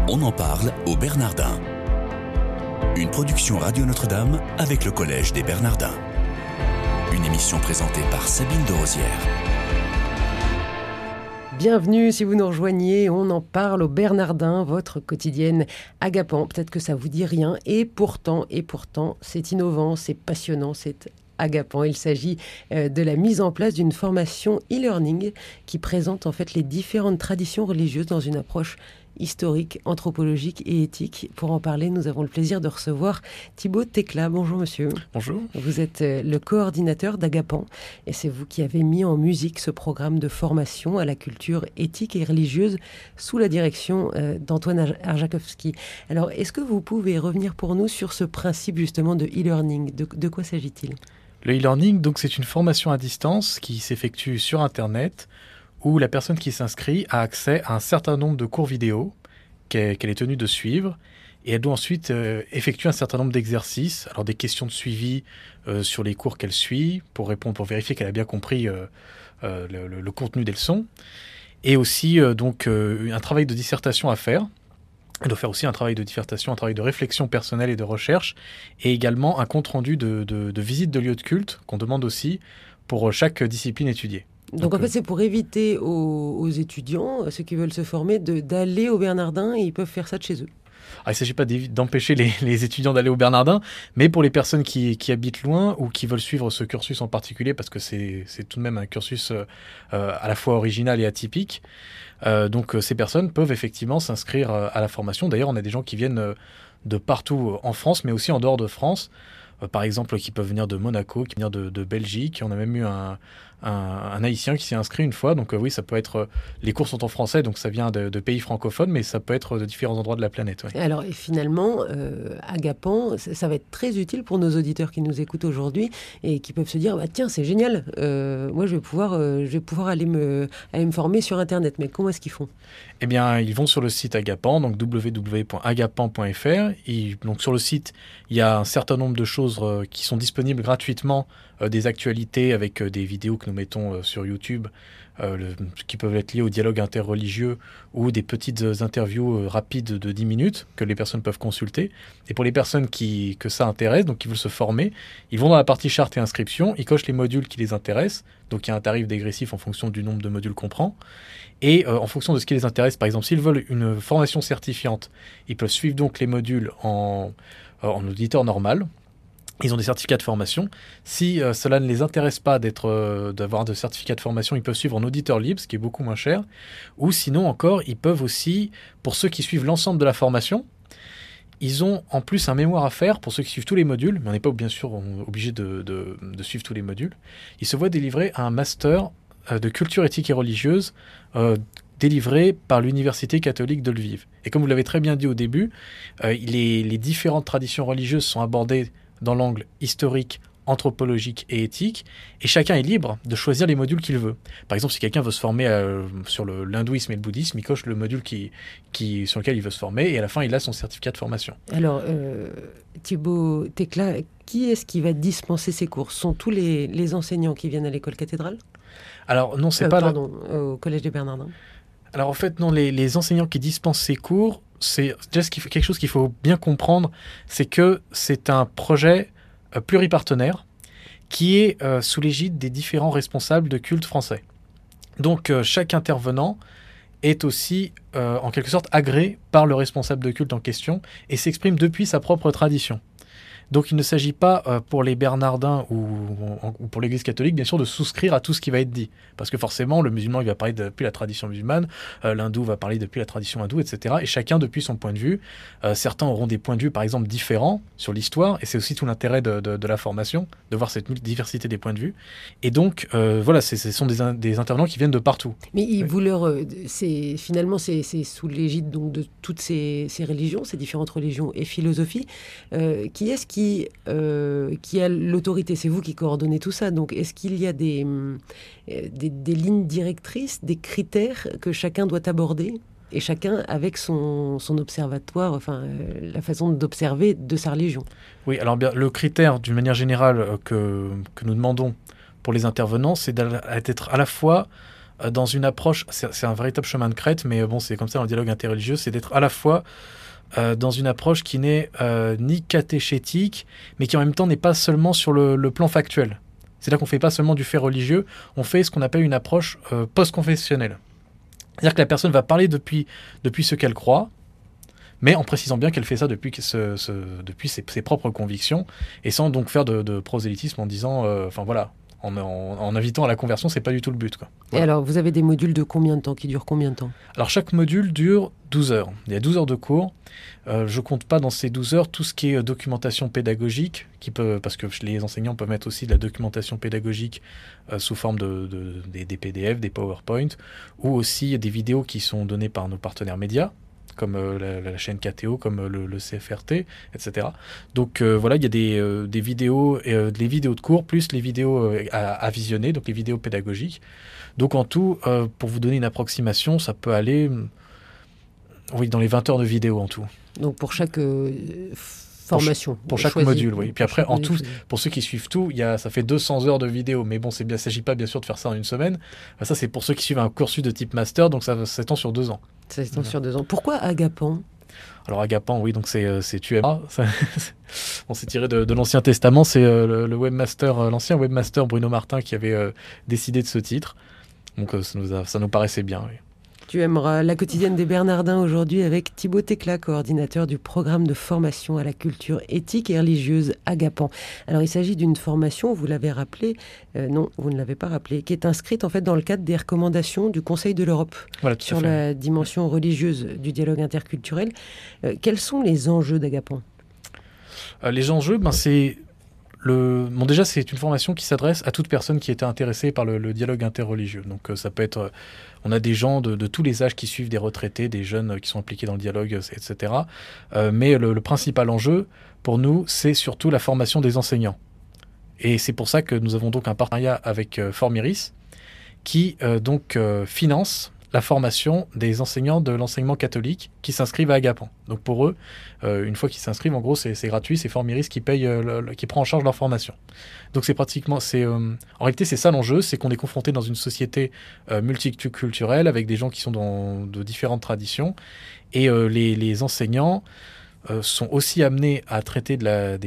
On en parle aux Bernardins. Une production Radio Notre-Dame avec le Collège des Bernardins. Une émission présentée par Sabine de Rosière. Bienvenue si vous nous rejoignez, on en parle aux Bernardins, votre quotidienne agapant. Peut-être que ça vous dit rien et pourtant, c'est innovant, c'est passionnant, c'est agapant. Il s'agit de la mise en place d'une formation e-learning qui présente en fait les différentes traditions religieuses dans une approche historique, anthropologique et éthique. Pour en parler, nous avons le plaisir de recevoir Thibaut Tecla. Bonjour monsieur. Bonjour. Vous êtes le coordinateur d'Agapan et c'est vous qui avez mis en musique ce programme de formation à la culture éthique et religieuse sous la direction d'Antoine Arjakovski. Alors, est-ce que vous pouvez revenir pour nous sur ce principe justement de e-learning ? De quoi s'agit-il ? Le e-learning, donc, c'est une formation à distance qui s'effectue sur Internet où la personne qui s'inscrit a accès à un certain nombre de cours vidéo qu'elle est tenue de suivre et elle doit ensuite effectuer un certain nombre d'exercices, alors des questions de suivi sur les cours qu'elle suit pour vérifier qu'elle a bien compris le contenu des leçons et aussi un travail de dissertation à faire. Elle doit faire aussi un travail de dissertation, un travail de réflexion personnelle et de recherche et également un compte-rendu de visite de lieux de culte qu'on demande aussi pour chaque discipline étudiée. Donc en fait, c'est pour éviter aux étudiants, ceux qui veulent se former, d'aller au Bernardin et ils peuvent faire ça de chez eux. Alors, il ne s'agit pas d'empêcher les étudiants d'aller au Bernardin, mais pour les personnes qui habitent loin ou qui veulent suivre ce cursus en particulier, parce que c'est tout de même un cursus à la fois original et atypique, donc ces personnes peuvent effectivement s'inscrire à la formation. D'ailleurs, on a des gens qui viennent de partout en France, mais aussi en dehors de France. Par exemple, qui peuvent venir de Monaco, qui peuvent venir de Belgique. On a même eu un Haïtien qui s'est inscrit une fois. Donc oui, ça peut être... Les cours sont en français, donc ça vient de pays francophones, mais ça peut être de différents endroits de la planète. Ouais. Alors, et finalement, Agapan, ça va être très utile pour nos auditeurs qui nous écoutent aujourd'hui et qui peuvent se dire, tiens, c'est génial, moi je vais pouvoir aller me former sur Internet. Mais comment est-ce qu'ils font ? Eh bien, ils vont sur le site Agapan, donc www.agapan.fr. Donc sur le site, il y a un certain nombre de choses qui sont disponibles gratuitement, des actualités avec des vidéos que nous mettons sur YouTube, qui peuvent être liées au dialogue interreligieux ou des petites interviews rapides de 10 minutes que les personnes peuvent consulter. Et pour les personnes que ça intéresse, donc qui veulent se former, ils vont dans la partie charte et inscription, ils cochent les modules qui les intéressent, donc il y a un tarif dégressif en fonction du nombre de modules qu'on prend. Et en fonction de ce qui les intéresse, par exemple, s'ils veulent une formation certifiante, ils peuvent suivre donc les modules en auditeur normal. Ils ont des certificats de formation. Si cela ne les intéresse pas d'avoir de certificats de formation, ils peuvent suivre en auditeur libre, ce qui est beaucoup moins cher. Ou sinon encore, ils peuvent aussi, pour ceux qui suivent l'ensemble de la formation, ils ont en plus un mémoire à faire pour ceux qui suivent tous les modules, mais on n'est pas bien sûr obligé de suivre tous les modules. Ils se voient délivrer un master de culture éthique et religieuse délivré par l'Université catholique de Lviv. Et comme vous l'avez très bien dit au début, les différentes traditions religieuses sont abordées dans l'angle historique, anthropologique et éthique, et chacun est libre de choisir les modules qu'il veut. Par exemple, si quelqu'un veut se former sur l'hindouisme et le bouddhisme, il coche le module sur lequel il veut se former, et à la fin, il a son certificat de formation. Alors, Thibaut Tecla, qui est-ce qui va dispenser ces cours ? Sont tous les enseignants qui viennent à l'école cathédrale ? Alors, non, c'est pas... au Collège des Bernardins. Alors, en fait, non, les enseignants qui dispensent ces cours, c'est déjà quelque chose qu'il faut bien comprendre, c'est que c'est un projet pluripartenaire qui est sous l'égide des différents responsables de culte français. Donc, chaque intervenant est aussi, en quelque sorte, agréé par le responsable de culte en question et s'exprime depuis sa propre tradition. Donc il ne s'agit pas pour les Bernardins ou pour l'Église catholique, bien sûr, de souscrire à tout ce qui va être dit. Parce que forcément, le musulman, il va parler depuis la tradition musulmane, l'hindou va parler depuis la tradition hindoue, etc. Et chacun depuis son point de vue. Certains auront des points de vue, par exemple, différents sur l'histoire. Et c'est aussi tout l'intérêt de la formation, de voir cette diversité des points de vue. Et donc, voilà, ce sont des intervenants qui viennent de partout. Mais finalement, c'est sous l'égide donc, de toutes ces religions, ces différentes religions et philosophies. Qui est-ce qui a l'autorité ? C'est vous qui coordonnez tout ça. Donc, est-ce qu'il y a des lignes directrices, des critères que chacun doit aborder ? Et chacun avec son observatoire, enfin, la façon d'observer de sa religion. Oui, alors bien, le critère, d'une manière générale, que nous demandons pour les intervenants, c'est d'être à la fois dans une approche, c'est un véritable chemin de crête, mais bon, c'est comme ça dans le dialogue interreligieux, c'est d'être à la fois dans une approche qui n'est ni catéchétique, mais qui en même temps n'est pas seulement sur le plan factuel. C'est-à-dire qu'on ne fait pas seulement du fait religieux, on fait ce qu'on appelle une approche post-confessionnelle. C'est-à-dire que la personne va parler depuis ce qu'elle croit, mais en précisant bien qu'elle fait ça depuis ses propres convictions, et sans donc faire de prosélytisme en disant, en invitant à la conversion, c'est pas du tout le but, quoi. Voilà. Et alors, vous avez des modules de combien de temps, qui durent combien de temps? Alors, chaque module dure 12 heures. Il y a 12 heures de cours. Je compte pas dans ces 12 heures tout ce qui est documentation pédagogique, parce que les enseignants peuvent mettre aussi de la documentation pédagogique sous forme des PDF, des PowerPoint, ou aussi des vidéos qui sont données par nos partenaires médias, comme la chaîne KTO, comme le CFRT, etc. Donc voilà, il y a des vidéos, les vidéos de cours, plus les vidéos à visionner, donc les vidéos pédagogiques. Donc en tout, pour vous donner une approximation, ça peut aller dans les 20 heures de vidéo en tout. Donc pour chaque formation. Pour chaque module, oui. Puis après, en tout, pour ceux qui suivent tout, ça fait 200 heures de vidéo. Mais bon, il ne s'agit pas bien sûr de faire ça en une semaine. Ça, c'est pour ceux qui suivent un cursus de type master, donc ça s'étend sur 2 ans. Ça s'étend sur 2 ans. Pourquoi Agapan? Alors Agapan, oui, donc c'est UMA. On s'est tiré de l'Ancien Testament. C'est le webmaster, l'ancien webmaster Bruno Martin qui avait décidé de ce titre. Donc ça nous paraissait bien, oui. Tu aimeras la quotidienne des Bernardins aujourd'hui avec Thibaut Tecla, coordinateur du programme de formation à la culture éthique et religieuse Agapan. Alors il s'agit d'une formation, vous l'avez rappelé, non, vous ne l'avez pas rappelé, qui est inscrite en fait dans le cadre des recommandations du Conseil de l'Europe sur la dimension religieuse du dialogue interculturel. Quels sont les enjeux d'Agapan? Les enjeux, c'est... déjà, c'est une formation qui s'adresse à toute personne qui était intéressée par le dialogue interreligieux. Donc ça peut être... on a des gens de tous les âges qui suivent, des retraités, des jeunes qui sont impliqués dans le dialogue, etc. Mais le principal enjeu, pour nous, c'est surtout la formation des enseignants. Et c'est pour ça que nous avons donc un partenariat avec Formiris, qui finance la formation des enseignants de l'enseignement catholique qui s'inscrivent à Agapan. Donc pour eux, une fois qu'ils s'inscrivent, en gros, c'est gratuit, c'est Formiris qui paye, qui prend en charge leur formation. Donc c'est pratiquement, en réalité, c'est ça l'enjeu, c'est qu'on est confronté dans une société multiculturelle avec des gens qui sont de différentes traditions, et les enseignants sont aussi amenés à traiter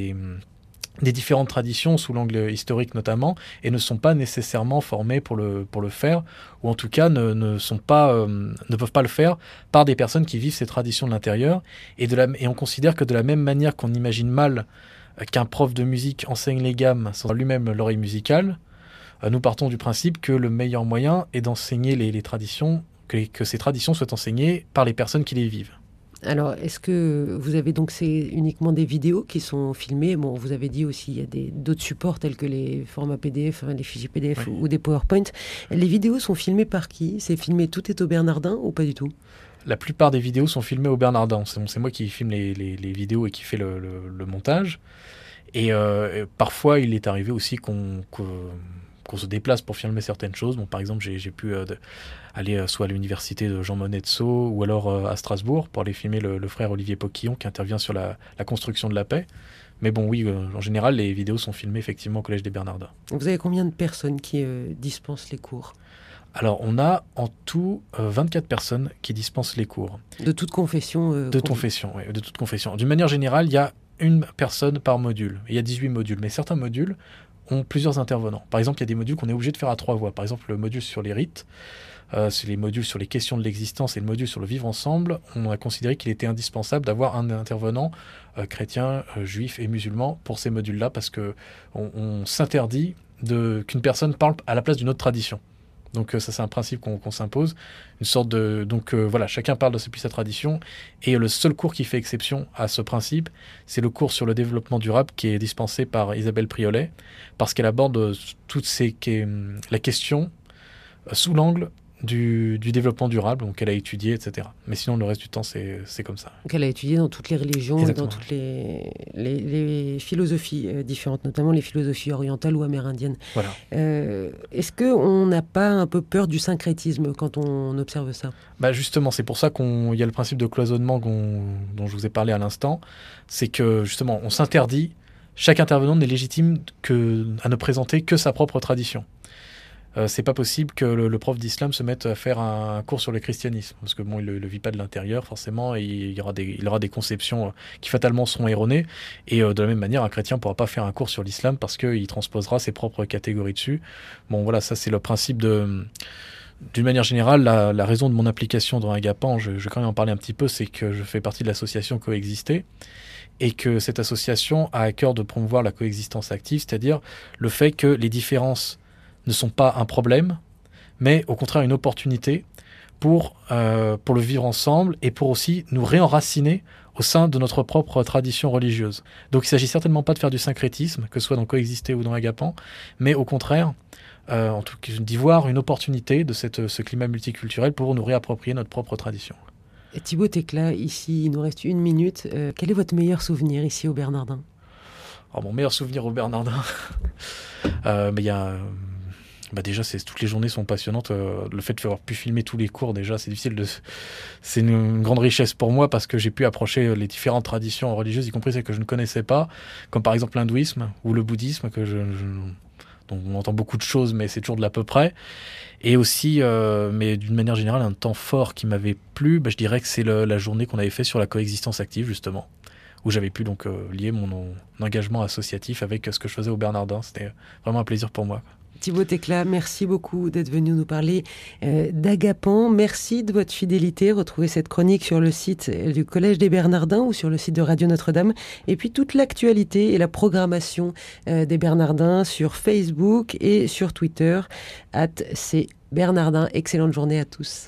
des différentes traditions sous l'angle historique notamment, et ne sont pas nécessairement formés pour le faire, ou en tout cas ne peuvent pas le faire par des personnes qui vivent ces traditions de l'intérieur, et on considère que de la même manière qu'on imagine mal qu'un prof de musique enseigne les gammes sans lui-même l'oreille musicale, nous partons du principe que le meilleur moyen est d'enseigner les traditions, que ces traditions soient enseignées par les personnes qui les vivent. Alors, est-ce que vous avez donc, c'est uniquement des vidéos qui sont filmées? Bon, vous avez dit aussi, il y a d'autres supports tels que les formats PDF, les fichiers PDF, oui, ou des PowerPoint. Les vidéos sont filmées par qui? C'est filmé, tout est au Bernardin ou pas du tout? La plupart des vidéos sont filmées au Bernardin. C'est moi qui filme les vidéos et qui fait le montage. Et parfois, il est arrivé aussi qu'on se déplace pour filmer certaines choses. Bon, par exemple, j'ai pu aller soit à l'université de Jean Monnet de Sceaux ou alors à Strasbourg pour aller filmer le frère Olivier Poquillon qui intervient sur la construction de la paix. Mais bon, oui, en général, les vidéos sont filmées effectivement au Collège des Bernardins. Vous avez combien de personnes qui dispensent les cours? Alors, on a en tout 24 personnes qui dispensent les cours. De toute confession De toute confession. D'une manière générale, il y a une personne par module. Il y a 18 modules, mais certains modules ont plusieurs intervenants. Par exemple, il y a des modules qu'on est obligé de faire à 3 voix. Par exemple, le module sur les rites, c'est les modules sur les questions de l'existence et le module sur le vivre ensemble. On a considéré qu'il était indispensable d'avoir un intervenant chrétien, juif et musulman pour ces modules-là, parce qu'on s'interdit qu'une personne parle à la place d'une autre tradition. Donc ça, c'est un principe qu'on s'impose. Une sorte de... Donc voilà, chacun parle depuis sa tradition. Et le seul cours qui fait exception à ce principe, c'est le cours sur le développement durable qui est dispensé par Isabelle Priolet, parce qu'elle aborde la question sous l'angle du développement durable, donc elle a étudié, etc. Mais sinon, le reste du temps, c'est comme ça. Donc elle a étudié dans toutes les religions, et dans toutes les philosophies différentes, notamment les philosophies orientales ou amérindiennes. Voilà. Est-ce qu'on n'a pas un peu peur du syncrétisme quand on observe ça? Justement, c'est pour ça qu'il y a le principe de cloisonnement dont je vous ai parlé à l'instant. C'est que, justement, on s'interdit, chaque intervenant n'est légitime à ne présenter que sa propre tradition. c'est pas possible que le prof d'islam se mette à faire un cours sur le christianisme, parce que bon, il le vit pas de l'intérieur forcément, et il aura des conceptions qui fatalement seront erronées, et de la même manière, un chrétien pourra pas faire un cours sur l'islam parce qu'il transposera ses propres catégories dessus. Bon voilà, ça c'est le principe d'une manière générale, la raison de mon implication dans Agapan, je vais quand même en parler un petit peu, c'est que je fais partie de l'association Coexister, et que cette association a à cœur de promouvoir la coexistence active, c'est-à-dire le fait que les différences ne sont pas un problème, mais au contraire une opportunité pour le vivre ensemble et pour aussi nous réenraciner au sein de notre propre tradition religieuse. Donc il ne s'agit certainement pas de faire du syncrétisme, que ce soit dans Coexister ou dans Agapan, mais au contraire, en tout cas, d'y voir une opportunité de ce climat multiculturel pour nous réapproprier notre propre tradition. Et Thibaut Tecla, ici, il nous reste 1 minute. Quel est votre meilleur souvenir ici au Bernardin ? Alors, mon meilleur souvenir au Bernardin, mais il y a... déjà, toutes les journées sont passionnantes. Le fait d'avoir pu filmer tous les cours, déjà, c'est difficile. C'est une grande richesse pour moi parce que j'ai pu approcher les différentes traditions religieuses, y compris celles que je ne connaissais pas, comme par exemple l'hindouisme ou le bouddhisme, dont on entend beaucoup de choses, mais c'est toujours de l'à peu près. Et aussi, mais d'une manière générale, un temps fort qui m'avait plu, je dirais que c'est la journée qu'on avait fait sur la coexistence active, justement, où j'avais pu donc lier mon engagement associatif avec ce que je faisais au Bernardin. C'était vraiment un plaisir pour moi. Thibaut Tecla, merci beaucoup d'être venu nous parler d'Agapan. Merci de votre fidélité. Retrouvez cette chronique sur le site du Collège des Bernardins ou sur le site de Radio Notre-Dame. Et puis toute l'actualité et la programmation des Bernardins sur Facebook et sur Twitter @cbernardin. Excellente journée à tous.